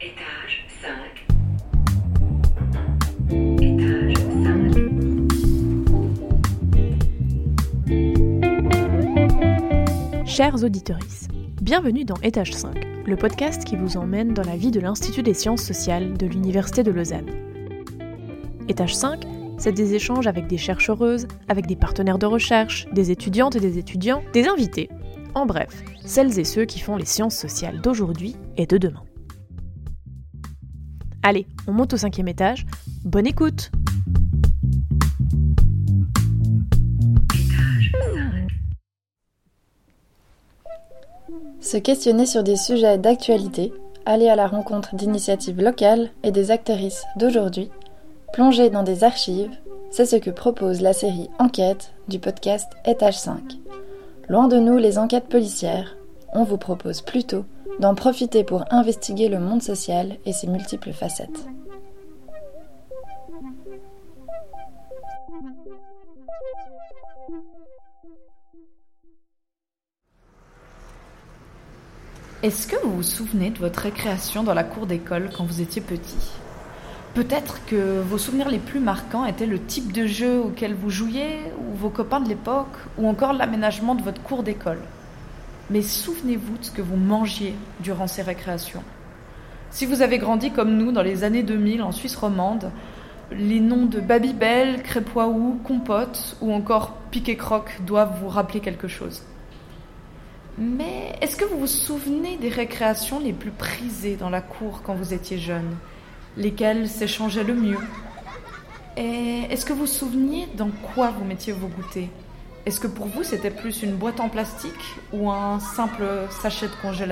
Étage 5. Étage 5. Chers auditorices, bienvenue dans Étage 5, le podcast qui vous emmène dans la vie de l'Institut des sciences sociales de l'Université de Lausanne. Étage 5, c'est des échanges avec des chercheuses, avec des partenaires de recherche, des étudiantes et des étudiants, des invités. En bref, celles et ceux qui font les sciences sociales d'aujourd'hui et de demain. Allez, on monte au 5e étage. Bonne écoute! Se questionner sur des sujets d'actualité, aller à la rencontre d'initiatives locales et des actrices d'aujourd'hui, plonger dans des archives, c'est ce que propose la série Enquête du podcast Étage 5. Loin de nous les enquêtes policières, on vous propose plutôt d'en profiter pour investiguer le monde social et ses multiples facettes. Est-ce que vous vous souvenez de votre récréation dans la cour d'école quand vous étiez petit ? Peut-être que vos souvenirs les plus marquants étaient le type de jeu auquel vous jouiez, ou vos copains de l'époque, ou encore l'aménagement de votre cour d'école. Mais souvenez-vous de ce que vous mangiez durant ces récréations. Si vous avez grandi comme nous dans les années 2000 en Suisse romande, les noms de Babybel, Crêpe-Waouh, Compote ou encore Piquet-Croc doivent vous rappeler quelque chose. Mais est-ce que vous vous souvenez des récréations les plus prisées dans la cour quand vous étiez jeune ? Lesquelles s'échangeaient le mieux ? Et est-ce que vous vous souveniez dans quoi vous mettiez vos goûters ? Est-ce que pour vous c'était plus une boîte en plastique ou un simple sachet de congélation ?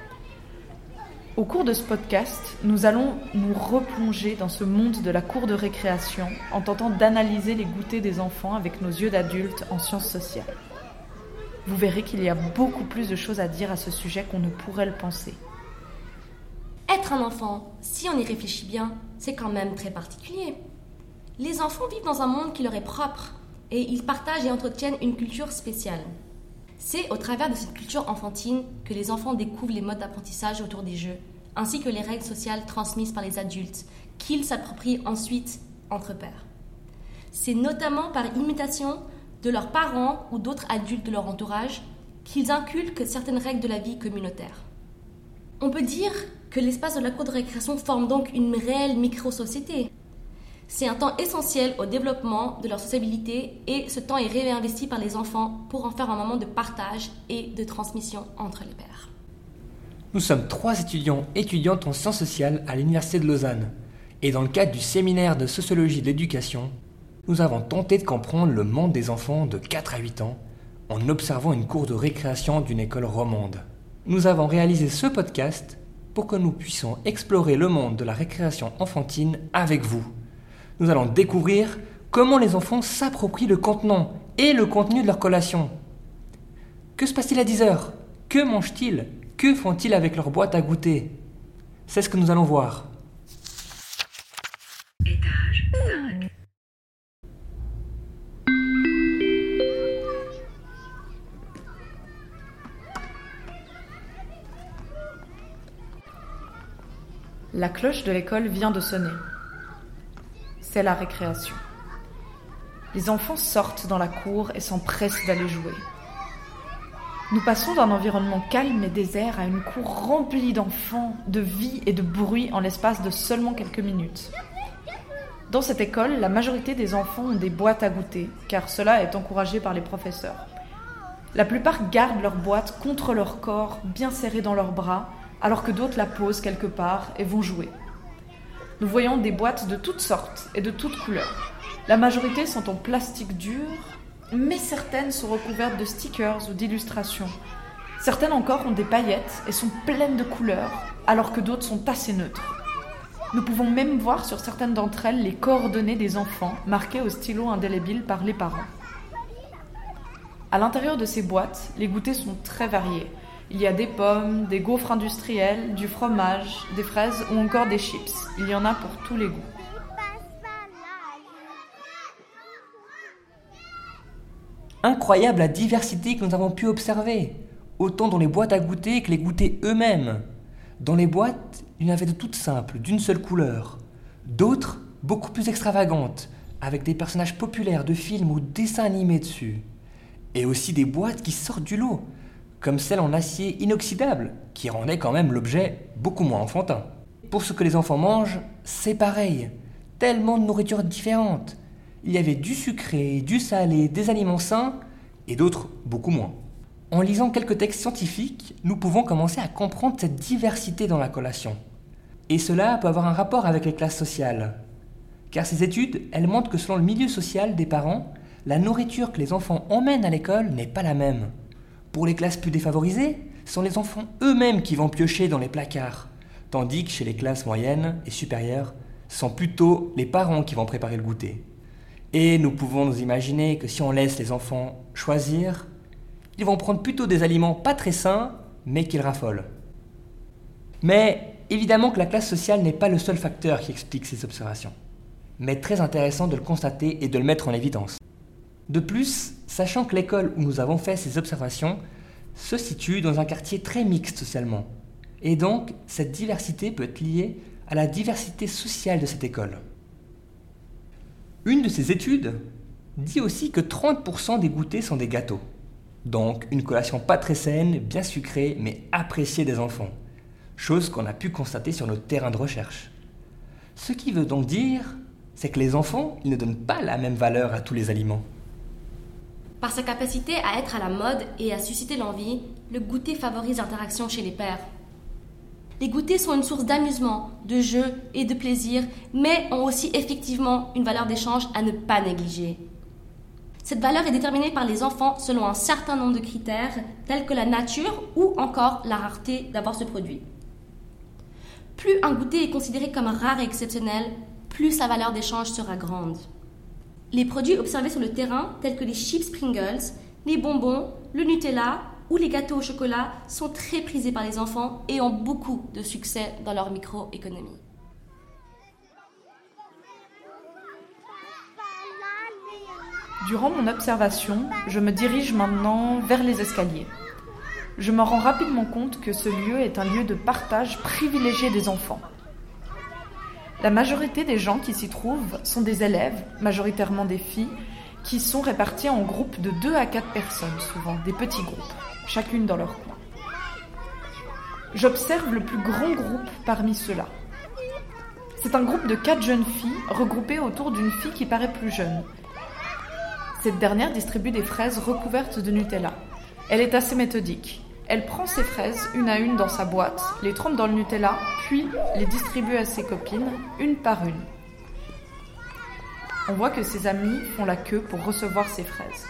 Au cours de ce podcast, nous allons nous replonger dans ce monde de la cour de récréation en tentant d'analyser les goûters des enfants avec nos yeux d'adultes en sciences sociales. Vous verrez qu'il y a beaucoup plus de choses à dire à ce sujet qu'on ne pourrait le penser. Être un enfant, si on y réfléchit bien, c'est quand même très particulier. Les enfants vivent dans un monde qui leur est propre et ils partagent et entretiennent une culture spéciale. C'est au travers de cette culture enfantine que les enfants découvrent les modes d'apprentissage autour des jeux, ainsi que les règles sociales transmises par les adultes, qu'ils s'approprient ensuite entre pairs. C'est notamment par imitation de leurs parents ou d'autres adultes de leur entourage qu'ils inculquent certaines règles de la vie communautaire. On peut dire que l'espace de la cour de récréation forme donc une réelle micro-société. C'est un temps essentiel au développement de leur sociabilité et ce temps est réinvesti par les enfants pour en faire un moment de partage et de transmission entre les pairs. Nous sommes 3 étudiants et étudiantes en sciences sociales à l'Université de Lausanne. Et dans le cadre du séminaire de sociologie de l'éducation, nous avons tenté de comprendre le monde des enfants de 4 à 8 ans en observant une cour de récréation d'une école romande. Nous avons réalisé ce podcast pour que nous puissions explorer le monde de la récréation enfantine avec vous. Nous allons découvrir comment les enfants s'approprient le contenant et le contenu de leur collation. Que se passe-t-il à 10h ? Que mangent-ils ? Que font-ils avec leur boîte à goûter ? C'est ce que nous allons voir. Étage 5. La cloche de l'école vient de sonner. C'est la récréation. Les enfants sortent dans la cour et s'empressent d'aller jouer. Nous passons d'un environnement calme et désert à une cour remplie d'enfants, de vie et de bruit en l'espace de seulement quelques minutes. Dans cette école, la majorité des enfants ont des boîtes à goûter, car cela est encouragé par les professeurs. La plupart gardent leur boîte contre leur corps, bien serrée dans leurs bras, alors que d'autres la posent quelque part et vont jouer. Nous voyons des boîtes de toutes sortes et de toutes couleurs. La majorité sont en plastique dur, mais certaines sont recouvertes de stickers ou d'illustrations. Certaines encore ont des paillettes et sont pleines de couleurs, alors que d'autres sont assez neutres. Nous pouvons même voir sur certaines d'entre elles les coordonnées des enfants, marquées au stylo indélébile par les parents. À l'intérieur de ces boîtes, les goûters sont très variés. Il y a des pommes, des gaufres industriels, du fromage, des fraises ou encore des chips. Il y en a pour tous les goûts. Incroyable la diversité que nous avons pu observer, autant dans les boîtes à goûter que les goûters eux-mêmes. Dans les boîtes, il y en avait de toutes simples, d'une seule couleur. D'autres, beaucoup plus extravagantes, avec des personnages populaires de films ou dessins animés dessus. Et aussi des boîtes qui sortent du lot, comme celle en acier inoxydable, qui rendait quand même l'objet beaucoup moins enfantin. Pour ce que les enfants mangent, c'est pareil. Tellement de nourriture différente. Il y avait du sucré, du salé, des aliments sains, et d'autres beaucoup moins. En lisant quelques textes scientifiques, nous pouvons commencer à comprendre cette diversité dans la collation. Et cela peut avoir un rapport avec les classes sociales. Car ces études, elles montrent que selon le milieu social des parents, la nourriture que les enfants emmènent à l'école n'est pas la même. Pour les classes plus défavorisées, ce sont les enfants eux-mêmes qui vont piocher dans les placards, tandis que chez les classes moyennes et supérieures, ce sont plutôt les parents qui vont préparer le goûter. Et nous pouvons nous imaginer que si on laisse les enfants choisir, ils vont prendre plutôt des aliments pas très sains, mais qu'ils raffolent. Mais évidemment que la classe sociale n'est pas le seul facteur qui explique ces observations. Mais très intéressant de le constater et de le mettre en évidence. De plus, sachant que l'école où nous avons fait ces observations se situe dans un quartier très mixte socialement. Et donc, cette diversité peut être liée à la diversité sociale de cette école. Une de ces études dit aussi que 30% des goûters sont des gâteaux. Donc, une collation pas très saine, bien sucrée, mais appréciée des enfants. Chose qu'on a pu constater sur notre terrain de recherche. Ce qui veut donc dire, c'est que les enfants, ils ne donnent pas la même valeur à tous les aliments. Par sa capacité à être à la mode et à susciter l'envie, le goûter favorise l'interaction chez les pairs. Les goûters sont une source d'amusement, de jeu et de plaisir, mais ont aussi effectivement une valeur d'échange à ne pas négliger. Cette valeur est déterminée par les enfants selon un certain nombre de critères, tels que la nature ou encore la rareté d'avoir ce produit. Plus un goûter est considéré comme rare et exceptionnel, plus sa valeur d'échange sera grande. Les produits observés sur le terrain, tels que les chips Pringles, les bonbons, le Nutella ou les gâteaux au chocolat, sont très prisés par les enfants et ont beaucoup de succès dans leur microéconomie. Durant mon observation, je me dirige maintenant vers les escaliers. Je me rends rapidement compte que ce lieu est un lieu de partage privilégié des enfants. La majorité des gens qui s'y trouvent sont des élèves, majoritairement des filles, qui sont répartis en groupes de 2 à 4 personnes, souvent des petits groupes, chacune dans leur coin. J'observe le plus grand groupe parmi ceux-là. C'est un groupe de 4 jeunes filles regroupées autour d'une fille qui paraît plus jeune. Cette dernière distribue des fraises recouvertes de Nutella. Elle est assez méthodique. Elle prend ses fraises une à une dans sa boîte, les trempe dans le Nutella, puis les distribue à ses copines, une par une. On voit que ses amis font la queue pour recevoir ses fraises.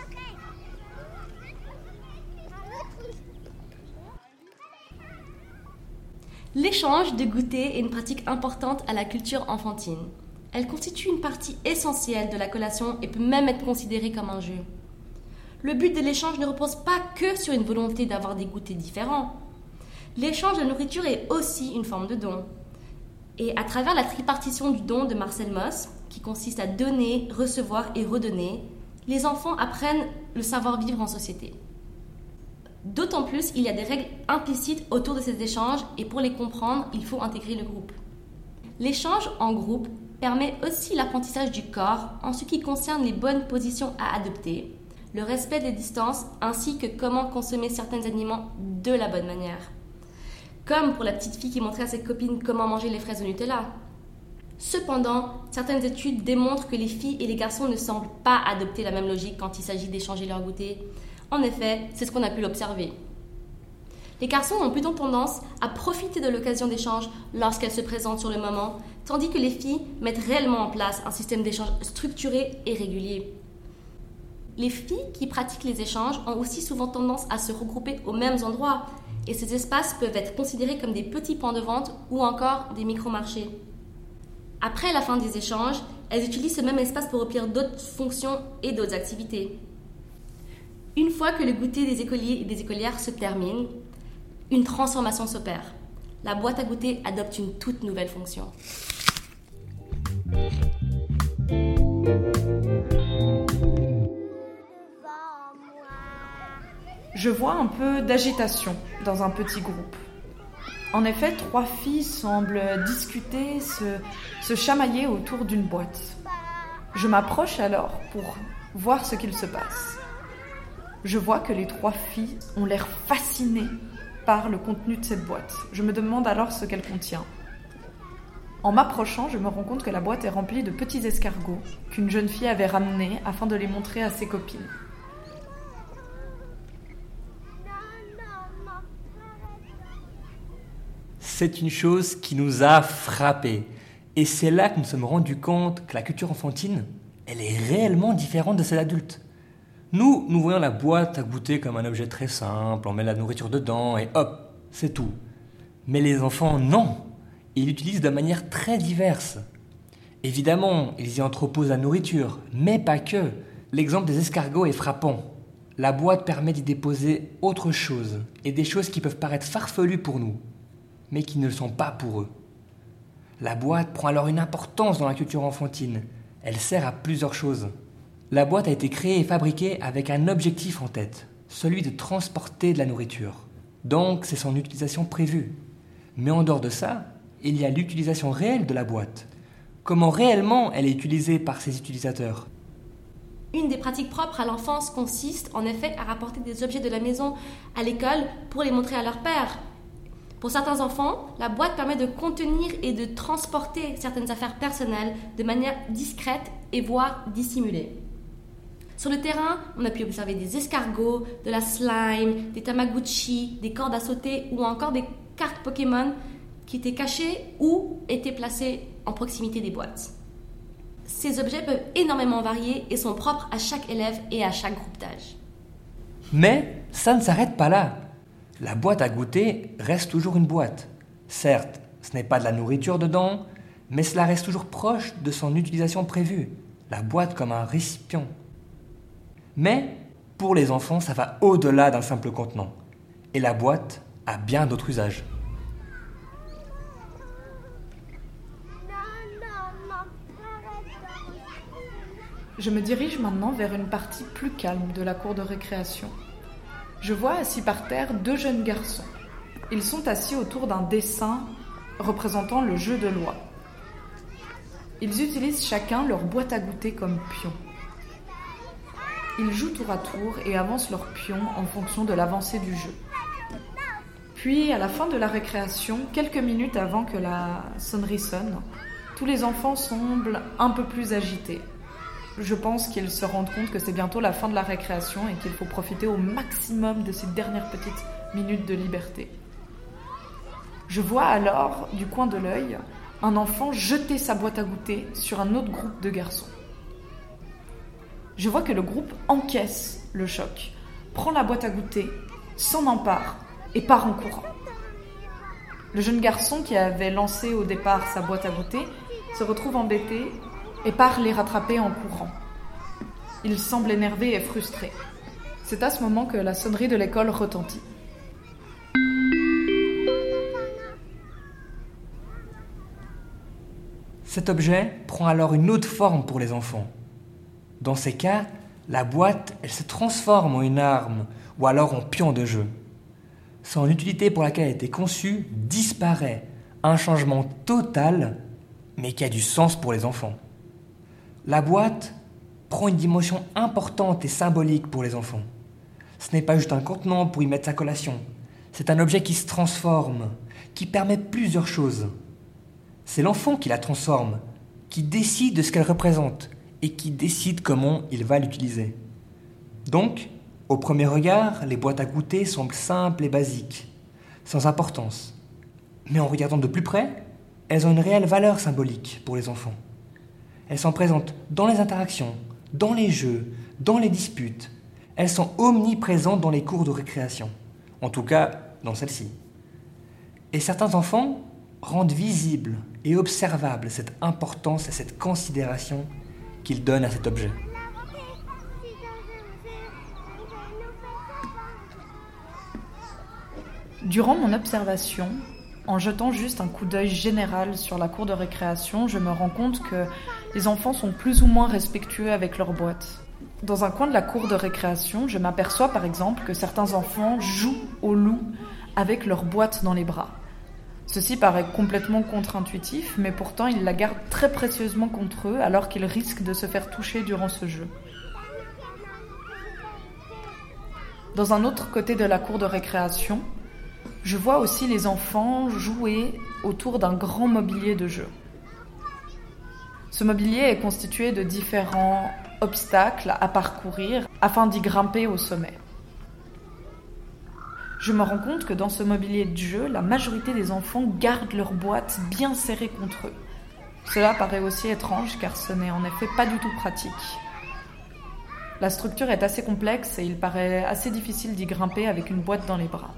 L'échange de goûter est une pratique importante à la culture enfantine. Elle constitue une partie essentielle de la collation et peut même être considérée comme un jeu. Le but de l'échange ne repose pas que sur une volonté d'avoir des goûters différents. L'échange de nourriture est aussi une forme de don. Et à travers la tripartition du don de Marcel Mauss, qui consiste à donner, recevoir et redonner, les enfants apprennent le savoir-vivre en société. D'autant plus, il y a des règles implicites autour de ces échanges et pour les comprendre, il faut intégrer le groupe. L'échange en groupe permet aussi l'apprentissage du corps en ce qui concerne les bonnes positions à adopter, le respect des distances ainsi que comment consommer certains aliments de la bonne manière. Comme pour la petite fille qui montrait à ses copines comment manger les fraises au Nutella. Cependant, certaines études démontrent que les filles et les garçons ne semblent pas adopter la même logique quand il s'agit d'échanger leur goûter. En effet, c'est ce qu'on a pu l'observer. Les garçons ont plutôt tendance à profiter de l'occasion d'échange lorsqu'elle se présente sur le moment, tandis que les filles mettent réellement en place un système d'échange structuré et régulier. Les filles qui pratiquent les échanges ont aussi souvent tendance à se regrouper aux mêmes endroits, et ces espaces peuvent être considérés comme des petits points de vente ou encore des micro-marchés. Après la fin des échanges, elles utilisent ce même espace pour remplir d'autres fonctions et d'autres activités. Une fois que le goûter des écoliers et des écolières se termine, une transformation s'opère. La boîte à goûter adopte une toute nouvelle fonction. Je vois un peu d'agitation dans un petit groupe. En effet, 3 filles semblent discuter, se chamailler autour d'une boîte. Je m'approche alors pour voir ce qu'il se passe. Je vois que les 3 filles ont l'air fascinées par le contenu de cette boîte. Je me demande alors ce qu'elle contient. En m'approchant, je me rends compte que la boîte est remplie de petits escargots qu'une jeune fille avait ramenés afin de les montrer à ses copines. C'est une chose qui nous a frappés. Et c'est là que nous nous sommes rendus compte que la culture enfantine, elle est réellement différente de celle adulte. Nous voyons la boîte à goûter comme un objet très simple, on met la nourriture dedans et hop, c'est tout. Mais les enfants, non. Ils l'utilisent de manière très diverse. Évidemment, ils y entreposent la nourriture, mais pas que. L'exemple des escargots est frappant. La boîte permet d'y déposer autre chose, et des choses qui peuvent paraître farfelues pour nous, mais qui ne le sont pas pour eux. La boîte prend alors une importance dans la culture enfantine. Elle sert à plusieurs choses. La boîte a été créée et fabriquée avec un objectif en tête, celui de transporter de la nourriture. Donc, c'est son utilisation prévue. Mais en dehors de ça, il y a l'utilisation réelle de la boîte. Comment réellement elle est utilisée par ses utilisateurs ? Une des pratiques propres à l'enfance consiste en effet à rapporter des objets de la maison à l'école pour les montrer à leur père. Pour certains enfants, la boîte permet de contenir et de transporter certaines affaires personnelles de manière discrète et voire dissimulée. Sur le terrain, on a pu observer des escargots, de la slime, des tamagotchi, des cordes à sauter ou encore des cartes Pokémon qui étaient cachées ou étaient placées en proximité des boîtes. Ces objets peuvent énormément varier et sont propres à chaque élève et à chaque groupe d'âge. Mais ça ne s'arrête pas là. La boîte à goûter reste toujours une boîte. Certes, ce n'est pas de la nourriture dedans, mais cela reste toujours proche de son utilisation prévue. La boîte comme un récipient. Mais pour les enfants, ça va au-delà d'un simple contenant. Et la boîte a bien d'autres usages. Je me dirige maintenant vers une partie plus calme de la cour de récréation. Je vois assis par terre 2 jeunes garçons. Ils sont assis autour d'un dessin représentant le jeu de loi. Ils utilisent chacun leur boîte à goûter comme pion. Ils jouent tour à tour et avancent leurs pions en fonction de l'avancée du jeu. Puis, à la fin de la récréation, quelques minutes avant que la sonnerie sonne, tous les enfants semblent un peu plus agités. Je pense qu'ils se rendent compte que c'est bientôt la fin de la récréation et qu'il faut profiter au maximum de ces dernières petites minutes de liberté. Je vois alors, du coin de l'œil, un enfant jeter sa boîte à goûter sur un autre groupe de garçons. Je vois que le groupe encaisse le choc, prend la boîte à goûter, s'en empare et part en courant. Le jeune garçon qui avait lancé au départ sa boîte à goûter se retrouve embêté et part les rattraper en courant. Il semble énervé et frustré. C'est à ce moment que la sonnerie de l'école retentit. Cet objet prend alors une autre forme pour les enfants. Dans ces cas, la boîte, elle se transforme en une arme ou alors en pion de jeu. Son utilité pour laquelle elle a été conçue disparaît. Un changement total, mais qui a du sens pour les enfants. La boîte prend une dimension importante et symbolique pour les enfants. Ce n'est pas juste un contenant pour y mettre sa collation. C'est un objet qui se transforme, qui permet plusieurs choses. C'est l'enfant qui la transforme, qui décide de ce qu'elle représente et qui décide comment il va l'utiliser. Donc, au premier regard, les boîtes à goûter semblent simples et basiques, sans importance. Mais en regardant de plus près, elles ont une réelle valeur symbolique pour les enfants. Elles sont présentes dans les interactions, dans les jeux, dans les disputes. Elles sont omniprésentes dans les cours de récréation. En tout cas, dans celle-ci. Et certains enfants rendent visible et observable cette importance et cette considération qu'ils donnent à cet objet. Durant mon observation, en jetant juste un coup d'œil général sur la cour de récréation, je me rends compte que les enfants sont plus ou moins respectueux avec leur boîte. Dans un coin de la cour de récréation, je m'aperçois par exemple que certains enfants jouent au loup avec leur boîte dans les bras. Ceci paraît complètement contre-intuitif, mais pourtant ils la gardent très précieusement contre eux alors qu'ils risquent de se faire toucher durant ce jeu. Dans un autre côté de la cour de récréation, je vois aussi les enfants jouer autour d'un grand mobilier de jeu. Ce mobilier est constitué de différents obstacles à parcourir afin d'y grimper au sommet. Je me rends compte que dans ce mobilier de jeu, la majorité des enfants gardent leur boîte bien serrée contre eux. Cela paraît aussi étrange car ce n'est en effet pas du tout pratique. La structure est assez complexe et il paraît assez difficile d'y grimper avec une boîte dans les bras.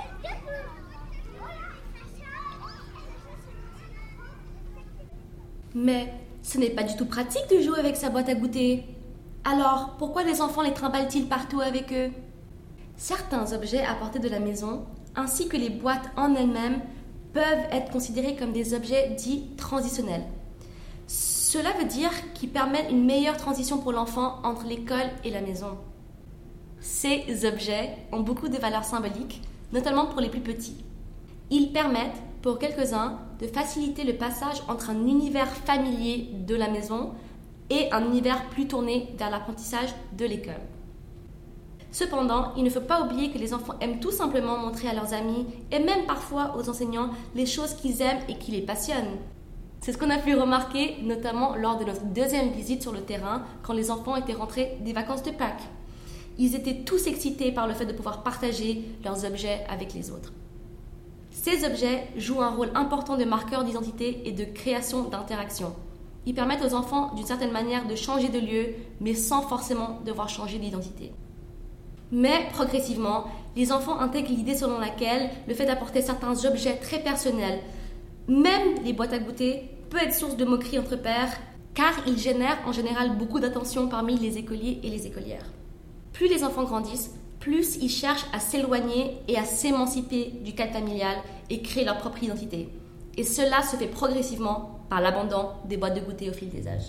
Mais ce n'est pas du tout pratique de jouer avec sa boîte à goûter. Alors, pourquoi les enfants les trimballent-ils partout avec eux ? Certains objets apportés de la maison, ainsi que les boîtes en elles-mêmes, peuvent être considérés comme des objets dits transitionnels. Cela veut dire qu'ils permettent une meilleure transition pour l'enfant entre l'école et la maison. Ces objets ont beaucoup de valeurs symboliques, notamment pour les plus petits. Ils permettent, pour quelques-uns, de faciliter le passage entre un univers familier de la maison et un univers plus tourné vers l'apprentissage de l'école. Cependant, il ne faut pas oublier que les enfants aiment tout simplement montrer à leurs amis et même parfois aux enseignants les choses qu'ils aiment et qui les passionnent. C'est ce qu'on a pu remarquer notamment lors de notre deuxième visite sur le terrain quand les enfants étaient rentrés des vacances de Pâques. Ils étaient tous excités par le fait de pouvoir partager leurs objets avec les autres. Ces objets jouent un rôle important de marqueur d'identité et de création d'interaction. Ils permettent aux enfants d'une certaine manière de changer de lieu, mais sans forcément devoir changer d'identité. Mais progressivement, les enfants intègrent l'idée selon laquelle le fait d'apporter certains objets très personnels, même les boîtes à goûter, peut être source de moquerie entre pairs, car ils génèrent en général beaucoup d'attention parmi les écoliers et les écolières. Plus les enfants grandissent, plus ils cherchent à s'éloigner et à s'émanciper du cadre familial et créer leur propre identité. Et cela se fait progressivement par l'abandon des boîtes de goûter au fil des âges.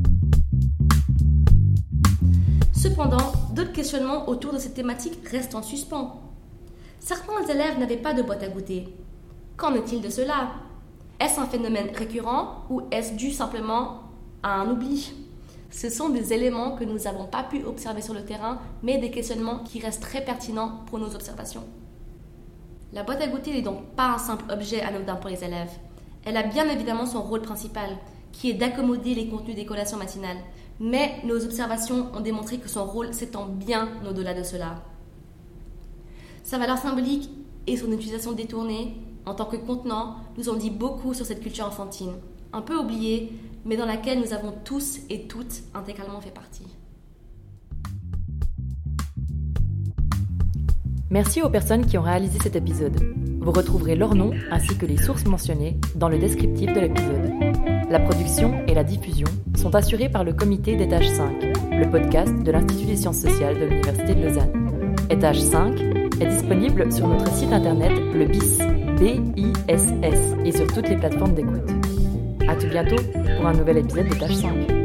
Cependant, d'autres questionnements autour de cette thématique restent en suspens. Certains élèves n'avaient pas de boîte à goûter. Qu'en est-il de cela ? Est-ce un phénomène récurrent ou est-ce dû simplement à un oubli ? Ce sont des éléments que nous n'avons pas pu observer sur le terrain, mais des questionnements qui restent très pertinents pour nos observations. La boîte à goûter n'est donc pas un simple objet anodin pour les élèves. Elle a bien évidemment son rôle principal, qui est d'accommoder les contenus des collations matinales. Mais nos observations ont démontré que son rôle s'étend bien au-delà de cela. Sa valeur symbolique et son utilisation détournée, en tant que contenant, nous en dit beaucoup sur cette culture enfantine, un peu oubliée, mais dans laquelle nous avons tous et toutes intégralement fait partie. Merci aux personnes qui ont réalisé cet épisode. Vous retrouverez leurs noms ainsi que les sources mentionnées dans le descriptif de l'épisode. La production et la diffusion sont assurées par le comité d'Étage 5, le podcast de l'Institut des sciences sociales de l'Université de Lausanne. Étage 5 est disponible sur notre site internet le BISS, B-I-S-S, et sur toutes les plateformes d'écoute. À tout bientôt pour un nouvel épisode d'Étage 5.